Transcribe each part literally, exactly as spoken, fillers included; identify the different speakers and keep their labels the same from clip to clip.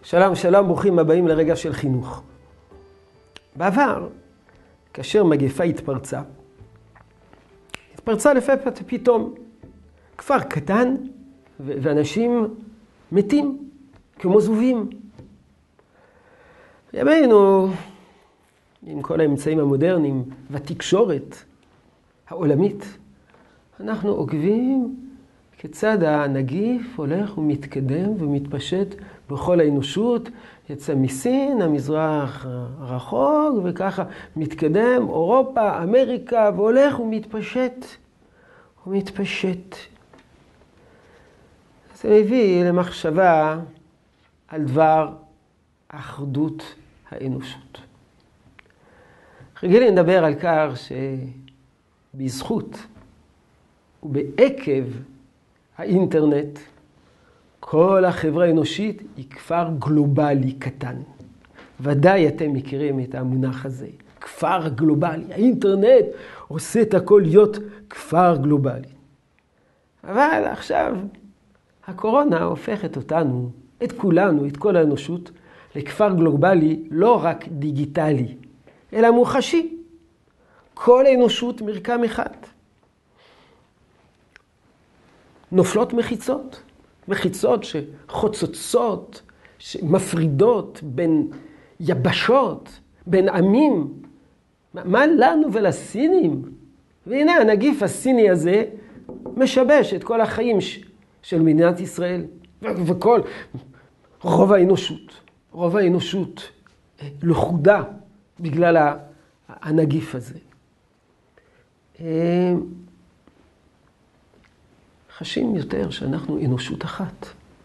Speaker 1: שלום, שלום, ברוכים הבאים לרגע של חינוך. בעבר, כאשר מגפה התפרצה, התפרצה לפתע פתאום כפר קטן ואנשים מתים כמו זבובים. ימינו, עם כל האמצעים המודרניים והתקשורת העולמית, אנחנו עוקבים כיצד הנגיף הולך ומתקדם ומתפשט בכל האנושות, יצא מסין, המזרח הרחוק, וככה מתקדם, אירופה, אמריקה, והולך ומתפשט, ומתפשט. זה מביא למחשבה על דבר אחדות האנושות. רגילים לדבר על כך שבזכות ובעקב האינטרנט, כל החברה האנושית היא כפר גלובלי קטן. ודאי אתם מכירים את המונח הזה, כפר גלובלי. האינטרנט עושה את הכל להיות כפר גלובלי. אבל עכשיו הקורונה הופכת אותנו, את כולנו, את כל האנושות, לכפר גלובלי לא רק דיגיטלי, אלא מוחשי. כל האנושות מרקם אחד. נופלות מחיצות. מחיצות שחוצוצות, שמפרידות בין יבשות, בין עמים. מה לנו ולסינים? והנה הנגיף הסיני הזה משבש את כל החיים של מדינת ישראל. וכל רוב האנושות, רוב האנושות לכודה בגלל הנגיף הזה. חשים יותר שאנחנו אנושות אחת.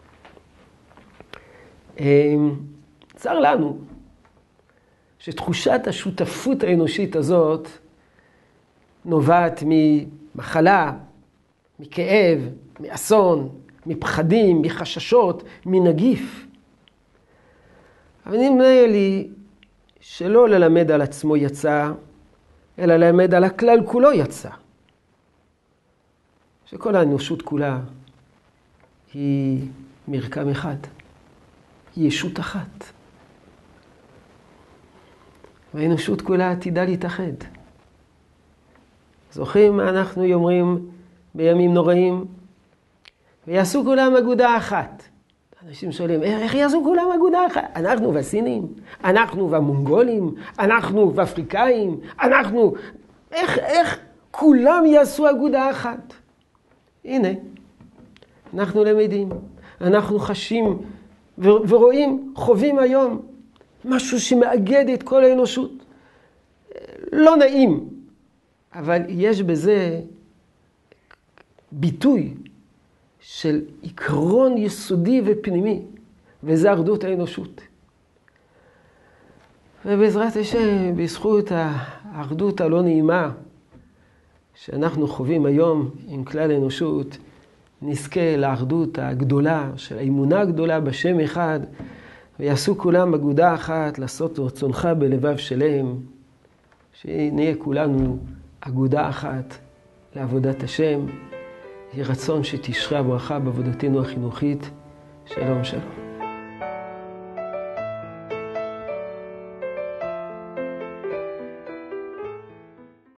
Speaker 1: צר לנו שתחושת השותפות האנושית הזאת נובעת ממחלה, מכאב, מאסון, מפחדים, מחששות, מנגיף. אבל נדמה לי שלא ללמד על עצמו יצא, אלא ללמד על הכלל כולו יצא. שכל האנושות כולה היא מרקם אחד, היא ישות אחת. והאנושות כולה תדע להתאחד. זוכרים מה אנחנו אומרים בימים נוראים? ויעשו כולם אגודה אחת. אנשים שואלים, איך יעשו כולם אגודה אחת? אנחנו והסינים, אנחנו והמונגולים, אנחנו והאפריקאים, אנחנו, איך, איך כולם יעשו אגודה אחת? הנה, אנחנו למדים, אנחנו חשים ורואים, חווים היום משהו שמאגד את כל האנושות. לא נעים, אבל יש בזה ביטוי של עקרון יסודי ופנימי, וזה אחדות האנושות. ובעזרת השם, בזכות האחדות הלא נעימה, שאנחנו חווים היום עם כלל האנושות, נזכה לאחדות הגדולה של האמונה הגדולה בשם אחד, ויעשו כולם אגודה אחת לעשות רצונך בלבב שלם, שנהיה כולנו אגודה אחת לעבודת השם. יהי רצון שתשרה ברכה בעבודתנו החינוכית. שלום שלום.